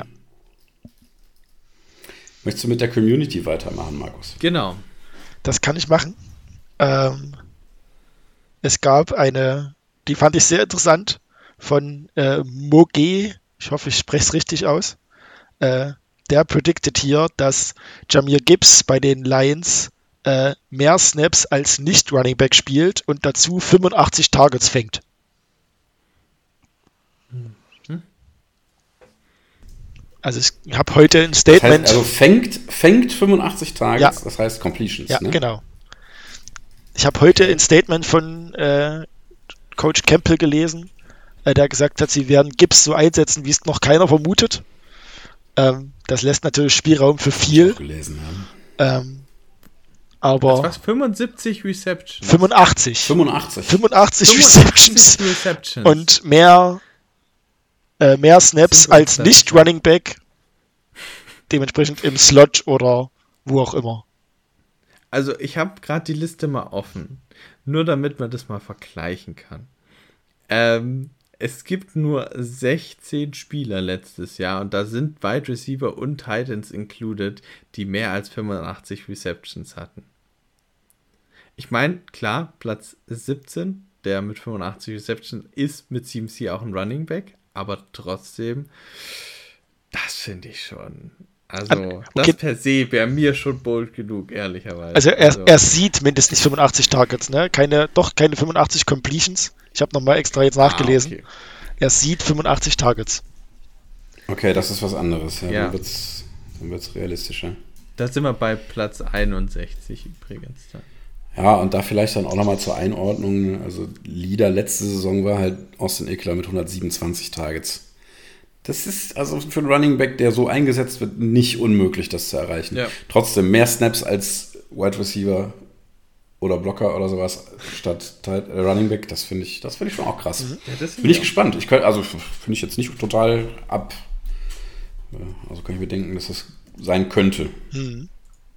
Möchtest du mit der Community weitermachen, Markus? Genau. Das kann ich machen. Ähm, es gab eine die fand ich sehr interessant, von äh, Moge, ich hoffe, ich spreche es richtig aus. Äh, der predicted hier, dass Jahmyr Gibbs bei den Lions äh, mehr Snaps als Nicht-Running-Back spielt und dazu fünfundachtzig Targets fängt. Hm. Also ich habe heute ein Statement. Das heißt, also fängt, fängt fünfundachtzig Targets, Ja. das heißt Completions. Ja, ne? genau. Ich habe heute ein Statement von äh, Coach Campbell gelesen, äh, der gesagt hat, sie werden Gibbs so einsetzen, wie es noch keiner vermutet. Ähm, das lässt natürlich Spielraum für viel. Gelesen haben. Ähm, aber Was, fünfundsiebzig Receptions? fünfundachtzig. fünfundachtzig. fünfundachtzig fünfundachtzig Receptions Receptions. und mehr, äh, mehr Snaps Sind als uns nicht Running Back. Dementsprechend im Slot oder wo auch immer. Also ich habe gerade die Liste mal offen, nur damit man das mal vergleichen kann. Ähm, es gibt nur sechzehn Spieler letztes Jahr und da sind Wide Receiver und Titans included, die mehr als fünfundachtzig Receptions hatten. Ich meine, klar, Platz siebzehn, der mit fünfundachtzig Receptions ist mit C M C auch ein Running Back, aber trotzdem, das finde ich schon... Also, Okay. das per se wäre mir schon bold genug, ehrlicherweise. Also er, er sieht mindestens fünfundachtzig Targets, ne? Keine, doch keine fünfundachtzig Completions. Ich habe nochmal extra jetzt nachgelesen. Ah, okay. Er sieht fünfundachtzig Targets. Okay, das ist was anderes. Ja, Ja. Dann wird's, dann wird's realistischer. Da sind wir bei Platz einundsechzig übrigens. Dann. Ja, und da vielleicht dann auch nochmal zur Einordnung. Also Leader letzte Saison war halt Austin Ekeler mit hundertsiebenundzwanzig Targets. Das ist also für einen Running Back, der so eingesetzt wird, nicht unmöglich, das zu erreichen. Ja. Trotzdem mehr Snaps als Wide Receiver oder Blocker oder sowas statt äh, Running Back, das finde ich, das finde ich schon auch krass. Ja, das Bin ich gespannt. Ich könnte, also finde ich jetzt nicht total ab. Also kann ich mir denken, dass das sein könnte. Hm.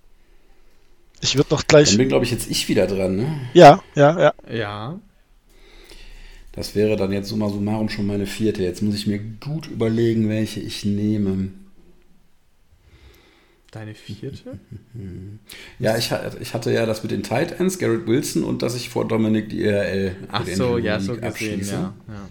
Ich würde noch gleich. Dann bin, glaube ich, jetzt ich wieder dran, ne? Ja, ja, ja. Ja. Das wäre dann jetzt summa summarum schon meine vierte. Jetzt muss ich mir gut überlegen, welche ich nehme. Deine vierte? Ja, ich, ich hatte ja das mit den Tight Ends, Garrett Wilson, und dass ich vor Dominik die E R L Ach die so, Angel ja, League so gesehen, abschließe. ja. ja.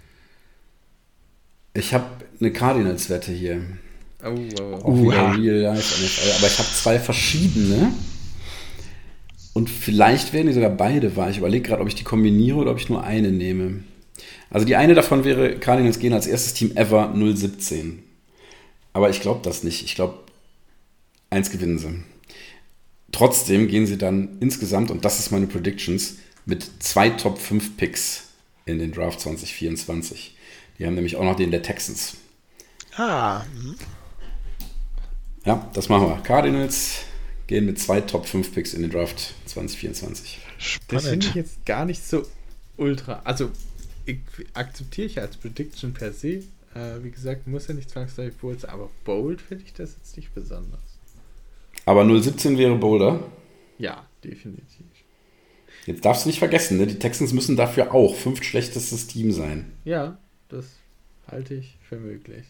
Ich habe eine Cardinals-Wette hier. Oh, oh, oh. Auch wieder Uha. Real Life N F L. Aber ich habe zwei verschiedene. Und vielleicht werden die sogar beide wahr. Ich überlege gerade, ob ich die kombiniere oder ob ich nur eine nehme. Also die eine davon wäre, Cardinals gehen als erstes Team ever null siebzehn. Aber ich glaube das nicht. Ich glaube, eins gewinnen sie. Trotzdem gehen sie dann insgesamt, und das ist meine Predictions, mit zwei Top fünf Picks in den Draft zwanzig vierundzwanzig. Die haben nämlich auch noch den der Texans. Ah. Mhm. Ja, das machen wir. Cardinals gehen mit zwei Top fünf Picks in den Draft zwanzig vierundzwanzig. Das finde ich Spannend. jetzt gar nicht so ultra. Also, ich, akzeptiere ich als Prediction per se. Äh, wie gesagt, muss ja nicht zwangsläufig bold sein, aber bold finde ich das jetzt nicht besonders. Aber null siebzehn wäre Boulder. Ja, definitiv. Jetzt darfst du nicht vergessen, ne? Die Texans müssen dafür auch fünft schlechtestes Team sein. Ja, das halte ich für möglich.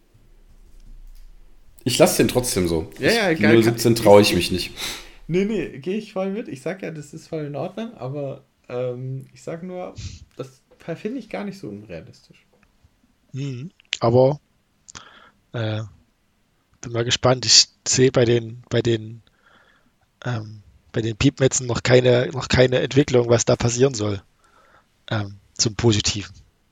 Ich lasse den trotzdem so. Ja, ja, Ich- geil. null siebzehn traue ich mich nicht. Nee, nee, gehe ich voll mit. Ich sag ja, das ist voll in Ordnung, aber ähm, ich sag nur, das finde ich gar nicht so unrealistisch. Mhm. Aber äh, bin mal gespannt. Ich sehe bei den bei den ähm, bei den Piepmetzen noch keine noch keine Entwicklung, was da passieren soll. Ähm, zum Positiven.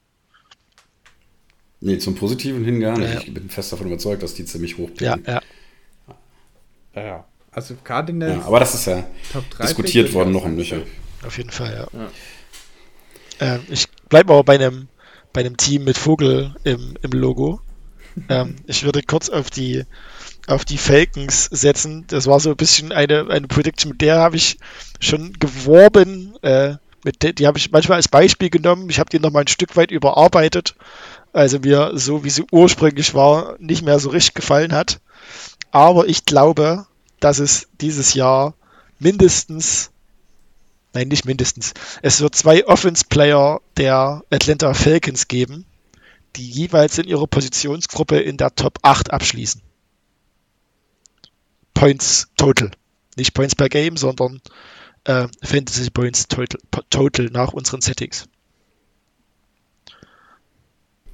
Nee, zum Positiven hin gar nicht. Ja, ja. Ich bin fest davon überzeugt, dass die ziemlich hoch Ja, picken. ja. Ja, ja. Also Cardinals Ja, aber das ist ja Top drei diskutiert Pick, worden würde noch ich und auch nöcher. sagen. Auf jeden Fall, ja. Ja. Ähm, ich bleibe aber bei einem, bei einem Team mit Vogel im, im Logo. ähm, ich würde kurz auf die, auf die Falcons setzen. Das war so ein bisschen eine, eine Prediction, mit der habe ich schon geworben. Äh, mit der, die habe ich manchmal als Beispiel genommen. Ich habe die nochmal ein Stück weit überarbeitet. Also mir, so wie sie ursprünglich war, nicht mehr so richtig gefallen hat. Aber ich glaube, dass es dieses Jahr mindestens Nein, nicht mindestens. Es wird zwei Offense-Player der Atlanta Falcons geben, die jeweils in ihrer Positionsgruppe in der Top acht abschließen. Points total. Nicht Points per Game, sondern äh, Fantasy Points total, total nach unseren Settings.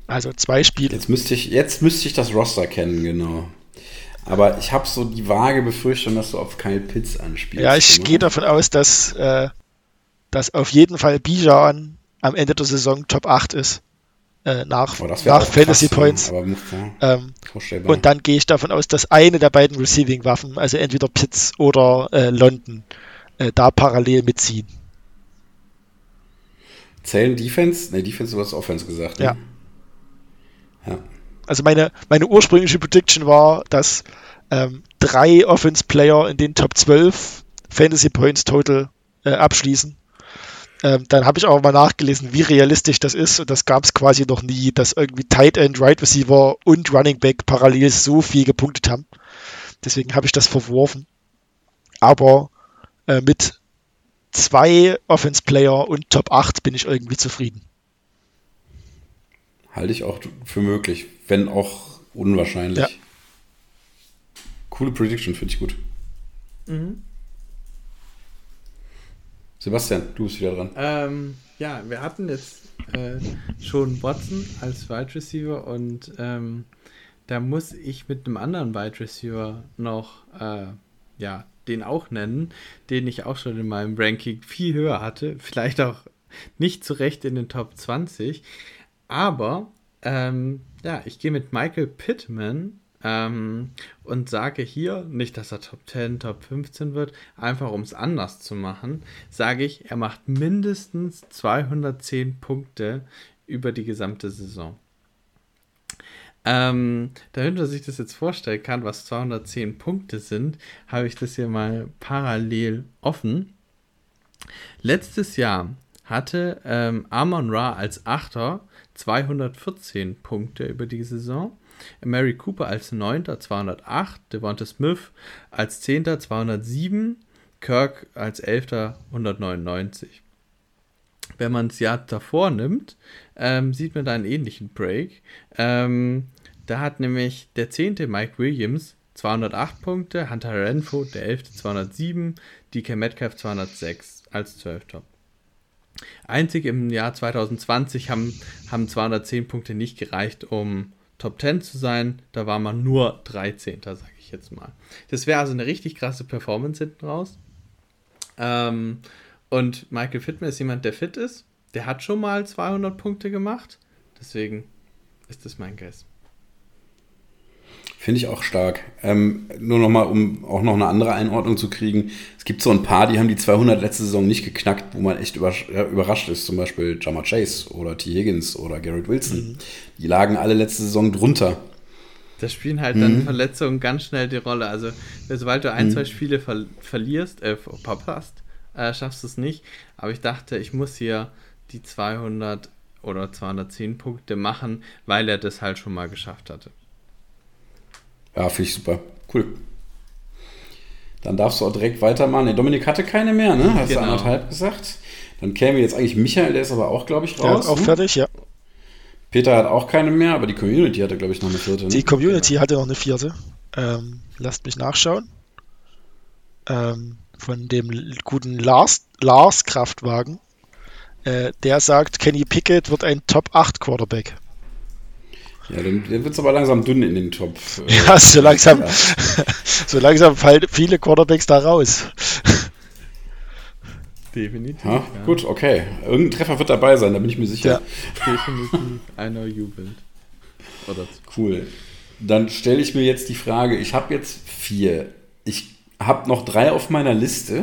Also zwei Spiele. Jetzt müsste ich, jetzt müsste ich das Roster kennen, genau. Aber ich habe so die vage Befürchtung, dass du auf Kyle Pitts anspielst. Ja, ich gehe davon aus, dass, äh, dass auf jeden Fall Bijan am Ende der Saison Top acht ist. Äh, nach oh, nach Fantasy krass, Points. Aber, ja, ähm, und dann gehe ich davon aus, dass eine der beiden Receiving-Waffen, also entweder Pitts oder äh, London, äh, da parallel mitziehen. Zählen Defense? Ne, Defense, du hast Offense gesagt. Ne? Ja. Ja. Also meine, meine ursprüngliche Prediction war, dass ähm, drei Offense-Player in den Top zwölf Fantasy Points total äh, abschließen. Ähm, dann habe ich auch mal nachgelesen, wie realistisch das ist, und das gab es quasi noch nie, dass irgendwie Tight End, Right Receiver und Running Back parallel so viel gepunktet haben. Deswegen habe ich das verworfen. Aber äh, mit zwei Offense-Player und Top acht bin ich irgendwie zufrieden. Halte ich auch für möglich, wenn auch unwahrscheinlich. Ja. Coole Prediction, finde ich gut. Mhm. Sebastian, du bist wieder dran. Ähm, ja, wir hatten jetzt äh, schon Watson als Wide Receiver und ähm, da muss ich mit einem anderen Wide Receiver noch äh, ja, den auch nennen, den ich auch schon in meinem Ranking viel höher hatte, vielleicht auch nicht zu Recht in den Top zwanzig, aber ähm, ja, ich gehe mit Michael Pittman ähm, und sage hier, nicht, dass er Top zehn, Top fünfzehn wird, einfach um es anders zu machen, sage ich, er macht mindestens zweihundertzehn Punkte über die gesamte Saison. Ähm, damit man sich das jetzt vorstellen kann, was zweihundertzehn Punkte sind, habe ich das hier mal parallel offen. Letztes Jahr hatte ähm, Amon-Ra als Achter zweihundertvierzehn Punkte über die Saison, Mary Cooper als Neunter zweihundertacht, Devonta Smith als Zehnter zweihundertsieben, Kirk als Elfter hundertneunundneunzig. Wenn man das Jahr davor nimmt, ähm, sieht man da einen ähnlichen Break. Ähm, da hat nämlich der zehnte Mike Williams zweihundertacht Punkte, Hunter Renfrow, der elfte zweihundertsieben, D K Metcalf zweihundertsechs als zwölfter. Einzig im Jahr zwanzig zwanzig haben, haben zweihundertzehn Punkte nicht gereicht, um Top zehn zu sein. Da war man nur dreizehnter, sage ich jetzt mal. Das wäre also eine richtig krasse Performance hinten raus. Ähm, und Michael Pittman ist jemand, der fit ist. Der hat schon mal zweihundert Punkte gemacht. Deswegen ist das mein Guess. Finde ich auch stark. Ähm, nur nochmal, um auch noch eine andere Einordnung zu kriegen. Es gibt so ein paar, die haben die zweihundert letzte Saison nicht geknackt, wo man echt überrascht ist. Zum Beispiel Ja'Marr Chase oder T. Higgins oder Garrett Wilson. Mhm. Die lagen alle letzte Saison drunter. Da spielen halt dann mhm. Verletzungen ganz schnell die Rolle. Also, sobald du ein, mhm. zwei Spiele ver- verlierst, äh, verpasst, äh, schaffst du es nicht. Aber ich dachte, ich muss hier die zweihundert oder zweihundertzehn Punkte machen, weil er das halt schon mal geschafft hatte. Ja, finde ich super. Cool. Dann darfst du auch direkt weitermachen. Der Dominik hatte keine mehr, ne? Hast genau. du anderthalb gesagt. Dann käme jetzt eigentlich Michael, der ist aber auch, glaube ich, raus. Ja, auch fertig, ja. Peter hat auch keine mehr, aber die Community hatte, glaube ich, noch eine vierte. Ne? Die Community hatte noch eine vierte. Ähm, lasst mich nachschauen. Ähm, von dem guten Lars, Lars Kraftwagen. Äh, der sagt, Kenny Pickett wird ein Top acht Quarterback. Ja, dann wird es aber langsam dünn in den Top. Äh, ja, so langsam, so langsam fallen viele Quarterbacks da raus. Definitiv. Ja, ja. Gut, okay. Irgendein Treffer wird dabei sein, da bin ich mir sicher. Ja. Definitiv. Einer jubelt. Oder cool. Dann stelle ich mir jetzt die Frage, ich habe jetzt vier. Ich habe noch drei auf meiner Liste.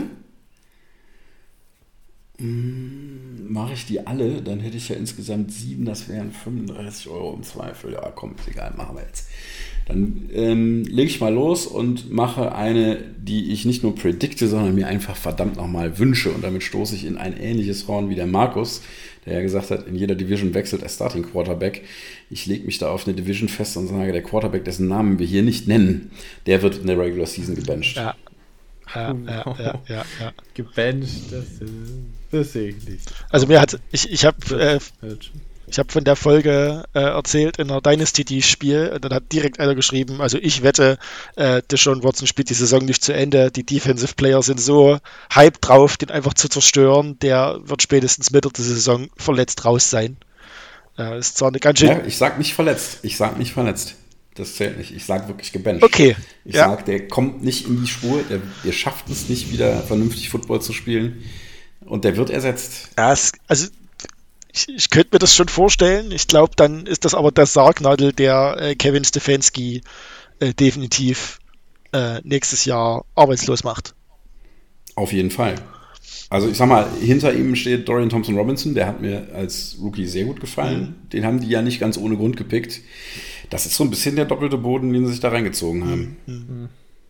Hm, mache ich die alle, dann hätte ich ja insgesamt sieben, das wären fünfunddreißig Euro im Zweifel. Ja, komm, ist egal, machen wir jetzt. Dann ähm, lege ich mal los und mache eine, die ich nicht nur predikte, sondern mir einfach verdammt nochmal wünsche. Und damit stoße ich in ein ähnliches Horn wie der Markus, der ja gesagt hat, in jeder Division wechselt der Starting Quarterback. Ich lege mich da auf eine Division fest und sage, der Quarterback, dessen Namen wir hier nicht nennen, der wird in der Regular Season gebencht. Ja. Ja, ja, ja, ja, ja. Gebencht, das, das sehe ich nicht. Also mir hat, ich, ich habe äh, ich habe von der Folge äh, erzählt in einer Dynasty, die ich spiele, und dann hat direkt einer geschrieben, also ich wette, äh, Deshaun Watson spielt die Saison nicht zu Ende, die Defensive Player sind so hyped drauf, den einfach zu zerstören, der wird spätestens Mitte der Saison verletzt raus sein. Äh, ist zwar eine ganz schön. Ja, ich sag nicht verletzt. Ich sag nicht verletzt. Das zählt nicht. Ich sag wirklich gebencht. Okay. Ich ja. sag, der kommt nicht in die Spur. Der, der schafft es nicht, wieder vernünftig Football zu spielen. Und der wird ersetzt. Ja, es, also ich, ich könnte mir das schon vorstellen. Ich glaube, dann ist das aber der Sargnadel, der äh, Kevin Stefanski äh, definitiv äh, nächstes Jahr arbeitslos macht. Auf jeden Fall. Also ich sag mal, hinter ihm steht Dorian Thompson-Robinson, der hat mir als Rookie sehr gut gefallen. Mhm. Den haben die ja nicht ganz ohne Grund gepickt. Das ist so ein bisschen der doppelte Boden, den sie sich da reingezogen haben. Mhm.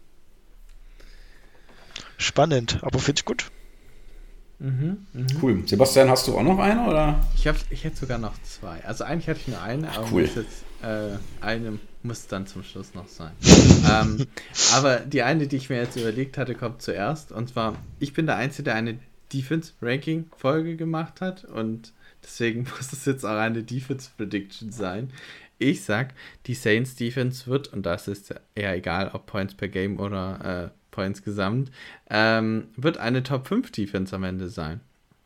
Spannend, aber finde ich gut. Mhm, mh. Cool. Sebastian, hast du auch noch eine, oder? Ich, hab, ich hätte sogar noch zwei. Also eigentlich hatte ich nur eine, Ach, aber cool. muss jetzt, äh, eine muss dann zum Schluss noch sein. ähm, aber die eine, die ich mir jetzt überlegt hatte, kommt zuerst. Und zwar, ich bin der Einzige, der eine Defense-Ranking-Folge gemacht hat. Und deswegen muss es jetzt auch eine Defense-Prediction sein. Ich sag, die Saints-Defense wird, und das ist eher egal, ob Points per Game oder äh, Points gesamt, ähm, wird eine Top fünf Defense am Ende sein.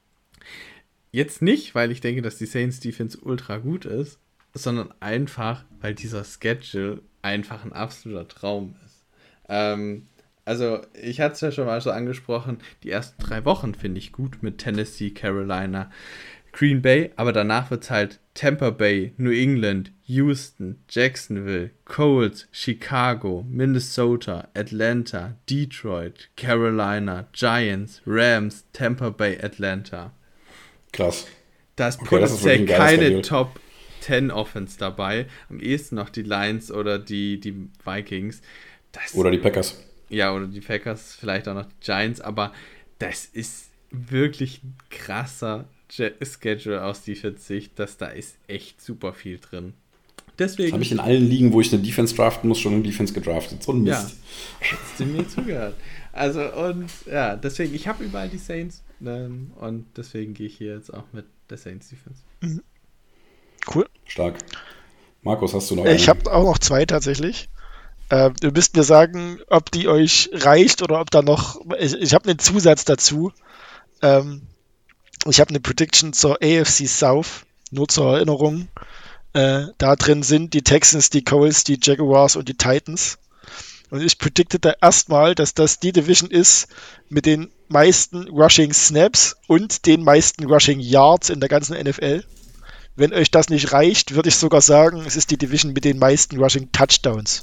Jetzt nicht, weil ich denke, dass die Saints Defense ultra gut ist, sondern einfach, weil dieser Schedule einfach ein absoluter Traum ist. Ähm, also, ich hatte es ja schon mal so angesprochen, die ersten drei Wochen finde ich gut mit Tennessee, Carolina, Green Bay, aber danach wird es halt Tampa Bay, New England, Houston, Jacksonville, Colts, Chicago, Minnesota, Atlanta, Detroit, Carolina, Giants, Rams, Tampa Bay, Atlanta. Krass. Da ist Okay, das ist potenziell wirklich ein geiles keine Schedule. Top zehn Offense dabei. Am ehesten noch die Lions oder die, die Vikings. Das, Oder die Packers. ja, oder die Packers, vielleicht auch noch die Giants, aber das ist wirklich ein krasser Je- Schedule aus Defense-Sicht, dass da ist echt super viel drin. Das Deswegen habe ich in allen Ligen, wo ich eine Defense draften muss, schon eine Defense gedraftet. So ein Mist. Ja, hättest du mir zugehört. Also, und ja, deswegen, ich habe überall die Saints ähm, und deswegen gehe ich hier jetzt auch mit der Saints Defense. Cool. Stark. Markus, hast du noch Ich eine? habe auch noch zwei tatsächlich. Äh, ihr müsst mir sagen, ob die euch reicht oder ob da noch. Ich, ich habe einen Zusatz dazu. Ähm, ich habe eine Prediction zur A F C South, nur zur Erinnerung. Äh, da drin sind die Texans, die Colts, die Jaguars und die Titans. Und ich predictete erstmal, dass das die Division ist mit den meisten Rushing Snaps und den meisten Rushing Yards in der ganzen N F L. Wenn euch das nicht reicht, würde ich sogar sagen, es ist die Division mit den meisten Rushing Touchdowns.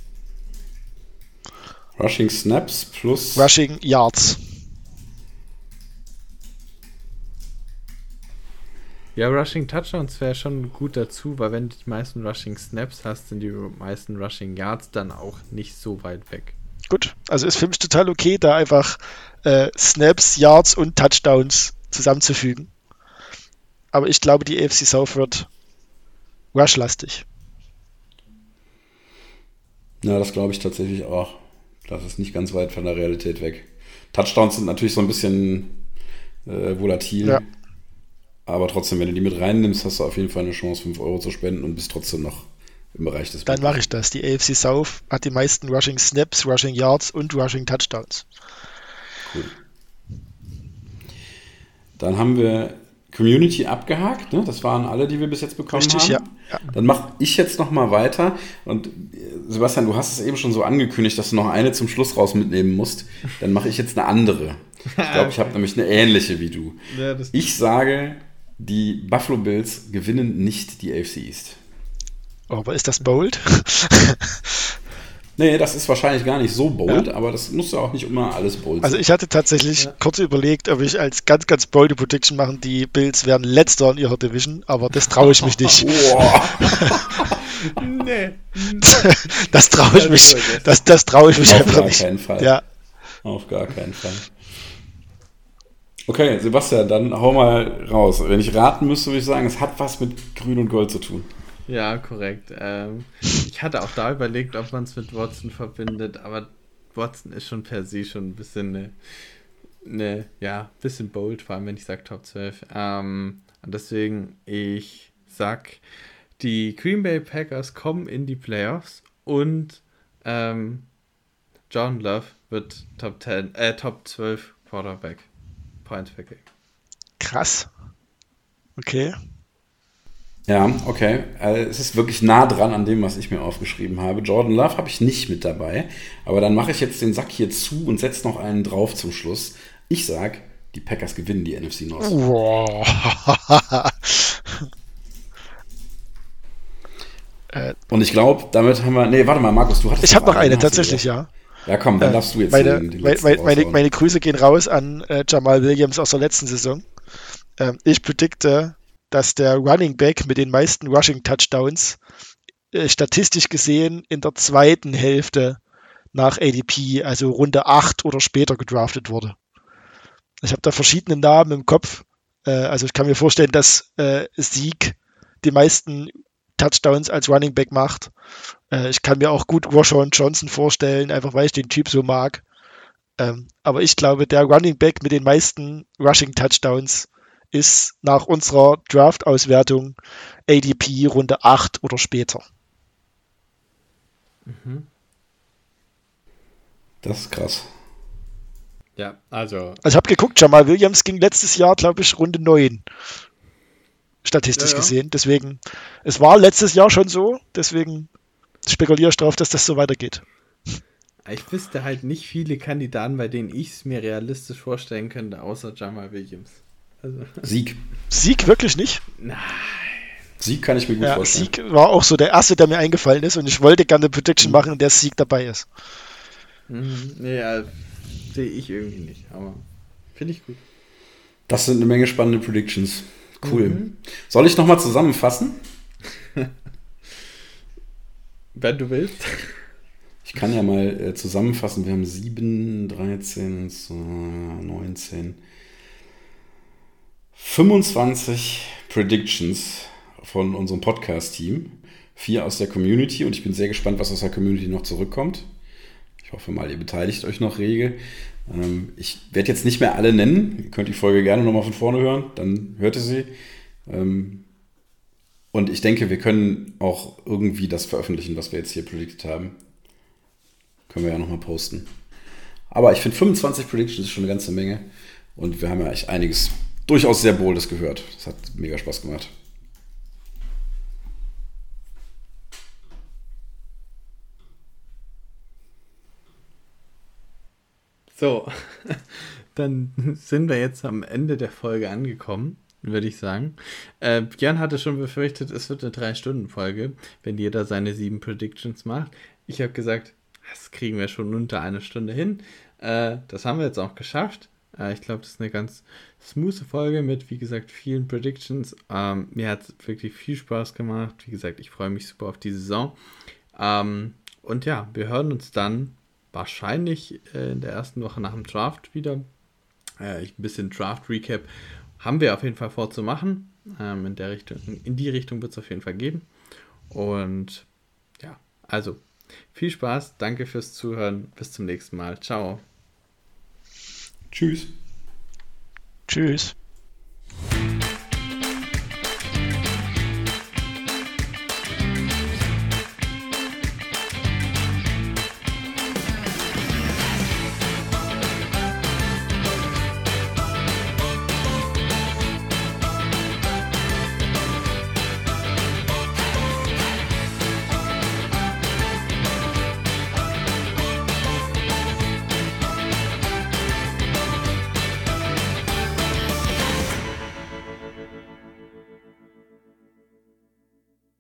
Rushing Snaps plus... Rushing Yards. Ja, Rushing Touchdowns wäre schon gut dazu, weil wenn du die meisten Rushing Snaps hast, sind die meisten Rushing Yards dann auch nicht so weit weg. Gut, also ist für mich total okay, da einfach äh, Snaps, Yards und Touchdowns zusammenzufügen. Aber ich glaube, die A F C South wird rushlastig. Ja, das glaube ich tatsächlich auch. Das ist nicht ganz weit von der Realität weg. Touchdowns sind natürlich so ein bisschen äh, volatil. Ja. Aber trotzdem, wenn du die mit reinnimmst, hast du auf jeden Fall eine Chance, fünf Euro zu spenden und bist trotzdem noch im Bereich des... Dann mache ich das. Die A F C South hat die meisten Rushing Snaps, Rushing Yards und Rushing Touchdowns. Cool. Dann haben wir Community abgehakt. Ne? Das waren alle, die wir bis jetzt bekommen Richtig, haben. ja. Ja. Dann mache ich jetzt noch mal weiter. Und Sebastian, du hast es eben schon so angekündigt, dass du noch eine zum Schluss raus mitnehmen musst. Dann mache ich jetzt eine andere. Ich glaube, ich habe nämlich eine ähnliche wie du. Ja, das Ich sage, die Buffalo Bills gewinnen nicht die A F C East. Oh, aber ist das bold? Nee, das ist wahrscheinlich gar nicht so bold, ja. Aber das muss ja auch nicht immer alles bold sein. Also ich hatte tatsächlich Ja. kurz überlegt, ob ich als ganz, ganz bolde Prediction machen, die Bills werden letzter in ihrer Division, aber das traue ich mich nicht. nee. Das traue ich mich, das, das traue ich mich Auf einfach gar nicht. keinen Fall. Ja. Auf gar keinen Fall. Okay, Sebastian, dann hau mal raus. Wenn ich raten müsste, würde ich sagen, es hat was mit Grün und Gold zu tun. Ja, korrekt. Ähm, ich hatte auch da überlegt, ob man es mit Watson verbindet, aber Watson ist schon per se schon ein bisschen eine, eine ja, bisschen bold, vor allem wenn ich sage Top zwölf. Ähm, und deswegen, ich sag, die Green Bay Packers kommen in die Playoffs und ähm, John Love wird Top zehn, äh, Top zwölf Quarterback. Points per Game. Krass. Okay. Ja, okay. Also es ist wirklich nah dran an dem, was ich mir aufgeschrieben habe. Jordan Love habe ich nicht mit dabei. Aber dann mache ich jetzt den Sack hier zu und setze noch einen drauf zum Schluss. Ich sag, die Packers gewinnen die N F C North. Wow. Und ich glaube, damit haben wir. Nee, warte mal, Markus, du hattest. Ich habe noch eine, hast tatsächlich, du ja. Ja, komm, dann darfst du jetzt meine, den, den meine, letzten meine, raushauen. meine Grüße gehen raus an äh, Jamal Williams aus der letzten Saison. Ähm, ich predikte, dass der Running Back mit den meisten Rushing Touchdowns äh, statistisch gesehen in der zweiten Hälfte nach A D P, also Runde acht oder später gedraftet wurde. Ich habe da verschiedene Namen im Kopf. Äh, also ich kann mir vorstellen, dass äh, Sieg die meisten Touchdowns als Running Back macht. Äh, ich kann mir auch gut Roschon Johnson vorstellen, einfach weil ich den Typ so mag. Ähm, aber ich glaube, der Running Back mit den meisten Rushing Touchdowns ist nach unserer Draft-Auswertung A D P Runde acht oder später. Mhm. Das ist krass. Ja, also. Also ich habe geguckt, Jamal Williams ging letztes Jahr, glaube ich, Runde neun. Statistisch Ja, ja. gesehen. Deswegen, es war letztes Jahr schon so, deswegen spekuliere ich darauf, dass das so weitergeht. Ich wüsste halt nicht viele Kandidaten, bei denen ich es mir realistisch vorstellen könnte, außer Jamal Williams. Also. Sieg. Sieg wirklich nicht? Nein. Sieg kann ich mir gut Ja, vorstellen. Sieg war auch so der erste, der mir eingefallen ist und ich wollte gerne eine Prediction machen, in der Sieg dabei ist. Mhm. Nee, ja, sehe ich irgendwie nicht, aber finde ich gut. Das sind eine Menge spannende Predictions. Cool. Mhm. Soll ich nochmal zusammenfassen? Wenn du willst. Ich kann ja mal äh, zusammenfassen. Wir haben sieben, dreizehn, neunzehn, fünfundzwanzig Predictions von unserem Podcast-Team. Vier aus der Community und ich bin sehr gespannt, was aus der Community noch zurückkommt. Ich hoffe mal, ihr beteiligt euch noch rege. Ähm, ich werde jetzt nicht mehr alle nennen. Ihr könnt die Folge gerne nochmal von vorne hören, dann hört ihr sie. Ähm, und ich denke, wir können auch irgendwie das veröffentlichen, was wir jetzt hier predicted haben. Können wir ja nochmal posten. Aber ich finde fünfundzwanzig Predictions ist schon eine ganze Menge. Und wir haben ja echt einiges durchaus sehr boldes gehört. Das hat mega Spaß gemacht. So, dann sind wir jetzt am Ende der Folge angekommen, würde ich sagen. Äh, Björn hatte schon befürchtet, es wird eine drei Stunden Folge, wenn jeder seine sieben Predictions macht. Ich habe gesagt, das kriegen wir schon unter eine Stunde hin. Äh, das haben wir jetzt auch geschafft. Äh, ich glaube, das ist eine ganz smooth Folge mit, wie gesagt, vielen Predictions. Ähm, mir hat es wirklich viel Spaß gemacht. Wie gesagt, ich freue mich super auf die Saison. Ähm, und ja, wir hören uns dann wahrscheinlich äh, in der ersten Woche nach dem Draft wieder. Äh, ein bisschen Draft-Recap haben wir auf jeden Fall vor zu machen. Ähm, in der Richtung, in die Richtung wird es auf jeden Fall gehen. Und ja, also viel Spaß, danke fürs Zuhören, bis zum nächsten Mal. Ciao. Tschüss. Tschüss.